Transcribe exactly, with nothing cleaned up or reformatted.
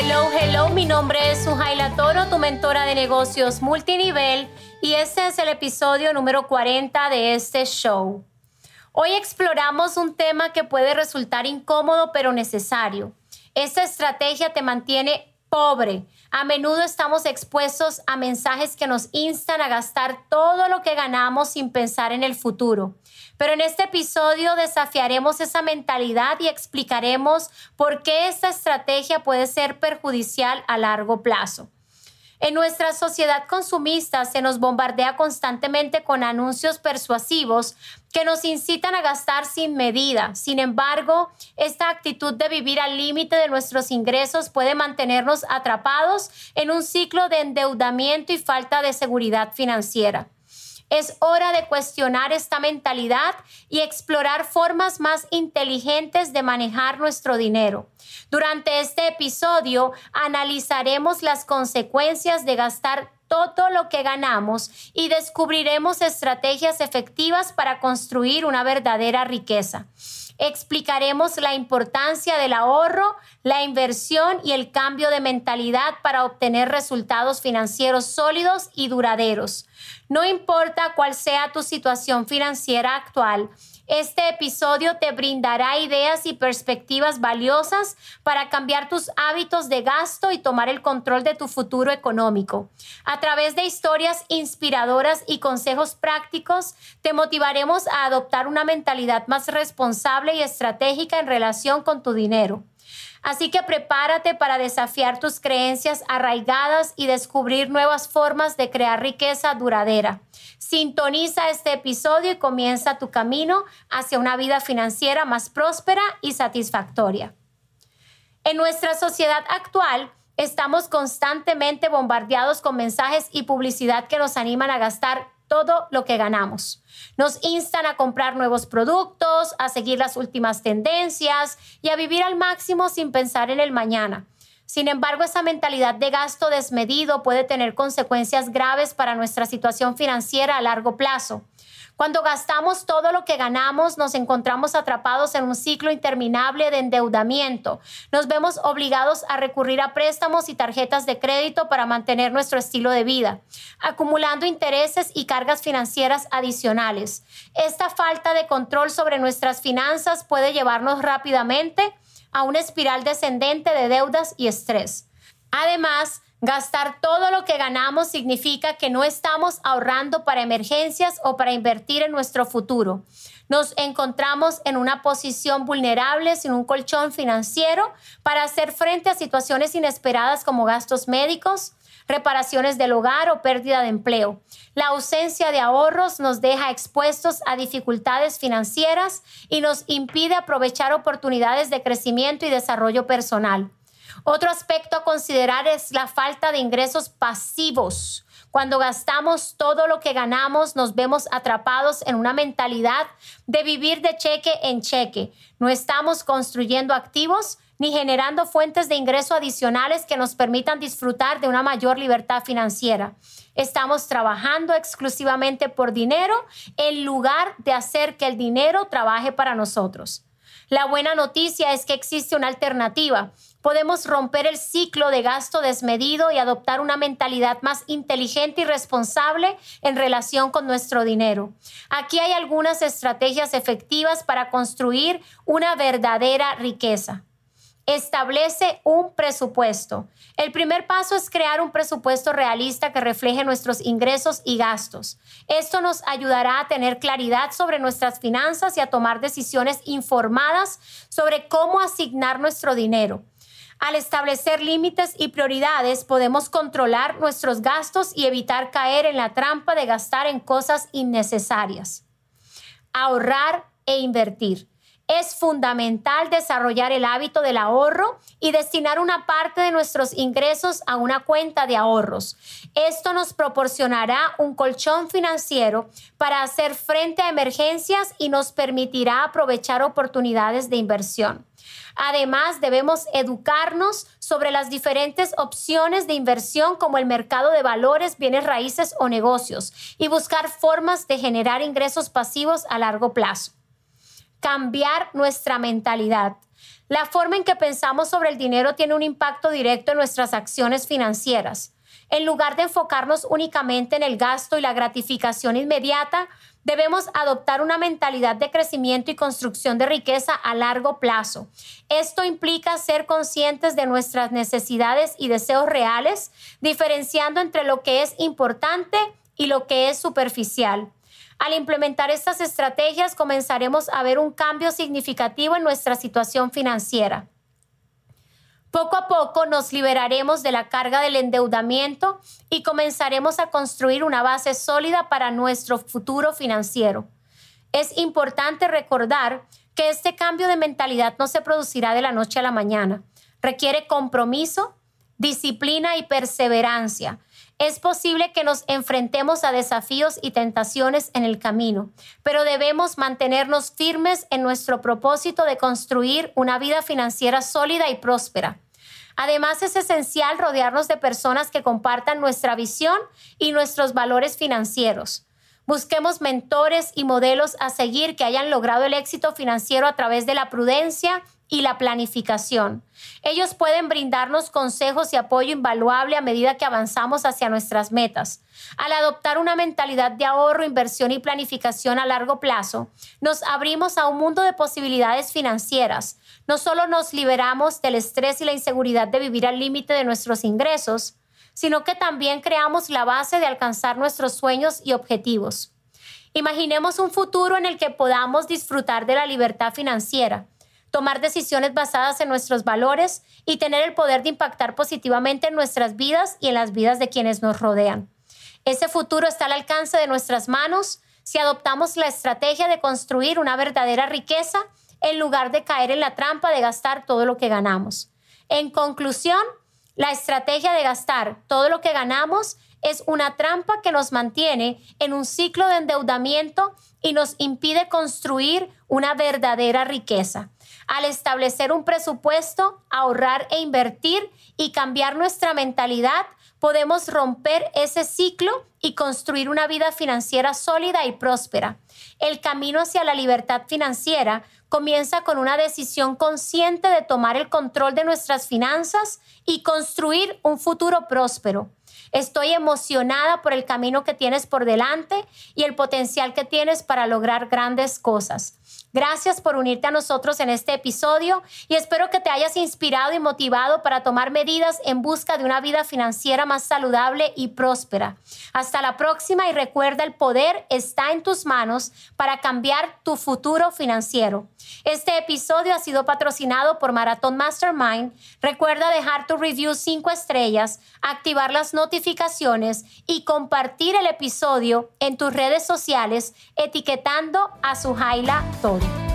Hello, hello, mi nombre es Suhaila Toro, tu mentora de negocios multinivel, y este es el episodio número cuarenta de este show. Hoy exploramos un tema que puede resultar incómodo pero necesario. Esta estrategia te mantiene pobre. A menudo estamos expuestos a mensajes que nos instan a gastar todo lo que ganamos sin pensar en el futuro. Pero en este episodio desafiaremos esa mentalidad y explicaremos por qué esta estrategia puede ser perjudicial a largo plazo. En nuestra sociedad consumista se nos bombardea constantemente con anuncios persuasivos que nos incitan a gastar sin medida. Sin embargo, esta actitud de vivir al límite de nuestros ingresos puede mantenernos atrapados en un ciclo de endeudamiento y falta de seguridad financiera. Es hora de cuestionar esta mentalidad y explorar formas más inteligentes de manejar nuestro dinero. Durante este episodio analizaremos las consecuencias de gastar todo lo que ganamos y descubriremos estrategias efectivas para construir una verdadera riqueza. Explicaremos la importancia del ahorro, la inversión y el cambio de mentalidad para obtener resultados financieros sólidos y duraderos. No importa cuál sea tu situación financiera actual, este episodio te brindará ideas y perspectivas valiosas para cambiar tus hábitos de gasto y tomar el control de tu futuro económico. A través de historias inspiradoras y consejos prácticos, te motivaremos a adoptar una mentalidad más responsable y estratégica en relación con tu dinero. Así que prepárate para desafiar tus creencias arraigadas y descubrir nuevas formas de crear riqueza duradera. Sintoniza este episodio y comienza tu camino hacia una vida financiera más próspera y satisfactoria. En nuestra sociedad actual, estamos constantemente bombardeados con mensajes y publicidad que nos animan a gastar todo lo que ganamos. Nos instan a comprar nuevos productos, a seguir las últimas tendencias y a vivir al máximo sin pensar en el mañana. Sin embargo, esa mentalidad de gasto desmedido puede tener consecuencias graves para nuestra situación financiera a largo plazo. Cuando gastamos todo lo que ganamos, nos encontramos atrapados en un ciclo interminable de endeudamiento. Nos vemos obligados a recurrir a préstamos y tarjetas de crédito para mantener nuestro estilo de vida, acumulando intereses y cargas financieras adicionales. Esta falta de control sobre nuestras finanzas puede llevarnos rápidamente a una espiral descendente de deudas y estrés. Además, gastar todo lo que ganamos significa que no estamos ahorrando para emergencias o para invertir en nuestro futuro. Nos encontramos en una posición vulnerable sin un colchón financiero para hacer frente a situaciones inesperadas como gastos médicos, reparaciones del hogar o pérdida de empleo. La ausencia de ahorros nos deja expuestos a dificultades financieras y nos impide aprovechar oportunidades de crecimiento y desarrollo personal. Otro aspecto a considerar es la falta de ingresos pasivos. Cuando gastamos todo lo que ganamos, nos vemos atrapados en una mentalidad de vivir de cheque en cheque. No estamos construyendo activos ni generando fuentes de ingreso adicionales que nos permitan disfrutar de una mayor libertad financiera. Estamos trabajando exclusivamente por dinero en lugar de hacer que el dinero trabaje para nosotros. La buena noticia es que existe una alternativa. Podemos romper el ciclo de gasto desmedido y adoptar una mentalidad más inteligente y responsable en relación con nuestro dinero. Aquí hay algunas estrategias efectivas para construir una verdadera riqueza. Establece un presupuesto. El primer paso es crear un presupuesto realista que refleje nuestros ingresos y gastos. Esto nos ayudará a tener claridad sobre nuestras finanzas y a tomar decisiones informadas sobre cómo asignar nuestro dinero. Al establecer límites y prioridades, podemos controlar nuestros gastos y evitar caer en la trampa de gastar en cosas innecesarias. Ahorrar e invertir. Es fundamental desarrollar el hábito del ahorro y destinar una parte de nuestros ingresos a una cuenta de ahorros. Esto nos proporcionará un colchón financiero para hacer frente a emergencias y nos permitirá aprovechar oportunidades de inversión. Además, debemos educarnos sobre las diferentes opciones de inversión como el mercado de valores, bienes raíces o negocios y buscar formas de generar ingresos pasivos a largo plazo. cambiar nuestra mentalidad. La forma en que pensamos sobre el dinero tiene un impacto directo en nuestras acciones financieras. En lugar de enfocarnos únicamente en el gasto y la gratificación inmediata, debemos adoptar una mentalidad de crecimiento y construcción de riqueza a largo plazo. Esto implica ser conscientes de nuestras necesidades y deseos reales, diferenciando entre lo que es importante y lo que es superficial. Al implementar estas estrategias, comenzaremos a ver un cambio significativo en nuestra situación financiera. Poco a poco nos liberaremos de la carga del endeudamiento y comenzaremos a construir una base sólida para nuestro futuro financiero. Es importante recordar que este cambio de mentalidad no se producirá de la noche a la mañana. Requiere compromiso, disciplina y perseverancia. Es posible que nos enfrentemos a desafíos y tentaciones en el camino, pero debemos mantenernos firmes en nuestro propósito de construir una vida financiera sólida y próspera. Además, es esencial rodearnos de personas que compartan nuestra visión y nuestros valores financieros. Busquemos mentores y modelos a seguir que hayan logrado el éxito financiero a través de la prudencia y la planificación. Ellos pueden brindarnos consejos y apoyo invaluable a medida que avanzamos hacia nuestras metas. Al adoptar una mentalidad de ahorro, inversión y planificación a largo plazo, nos abrimos a un mundo de posibilidades financieras. No solo nos liberamos del estrés y la inseguridad de vivir al límite de nuestros ingresos, sino que también creamos la base de alcanzar nuestros sueños y objetivos. Imaginemos un futuro en el que podamos disfrutar de la libertad financiera, tomar decisiones basadas en nuestros valores y tener el poder de impactar positivamente en nuestras vidas y en las vidas de quienes nos rodean. Ese futuro está al alcance de nuestras manos si adoptamos la estrategia de construir una verdadera riqueza en lugar de caer en la trampa de gastar todo lo que ganamos. En conclusión, la estrategia de gastar todo lo que ganamos es una trampa que nos mantiene en un ciclo de endeudamiento y nos impide construir una verdadera riqueza. Al establecer un presupuesto, ahorrar e invertir y cambiar nuestra mentalidad, podemos romper ese ciclo y construir una vida financiera sólida y próspera. El camino hacia la libertad financiera comienza con una decisión consciente de tomar el control de nuestras finanzas y construir un futuro próspero. Estoy emocionada por el camino que tienes por delante y el potencial que tienes para lograr grandes cosas. Gracias por unirte a nosotros en este episodio y espero que te hayas inspirado y motivado para tomar medidas en busca de una vida financiera más saludable y próspera. Hasta la próxima y recuerda, el poder está en tus manos para cambiar tu futuro financiero. Este episodio ha sido patrocinado por Marathon Mastermind. Recuerda dejar tu review cinco estrellas, activar las notificaciones y compartir el episodio en tus redes sociales etiquetando a Suhaila Toro.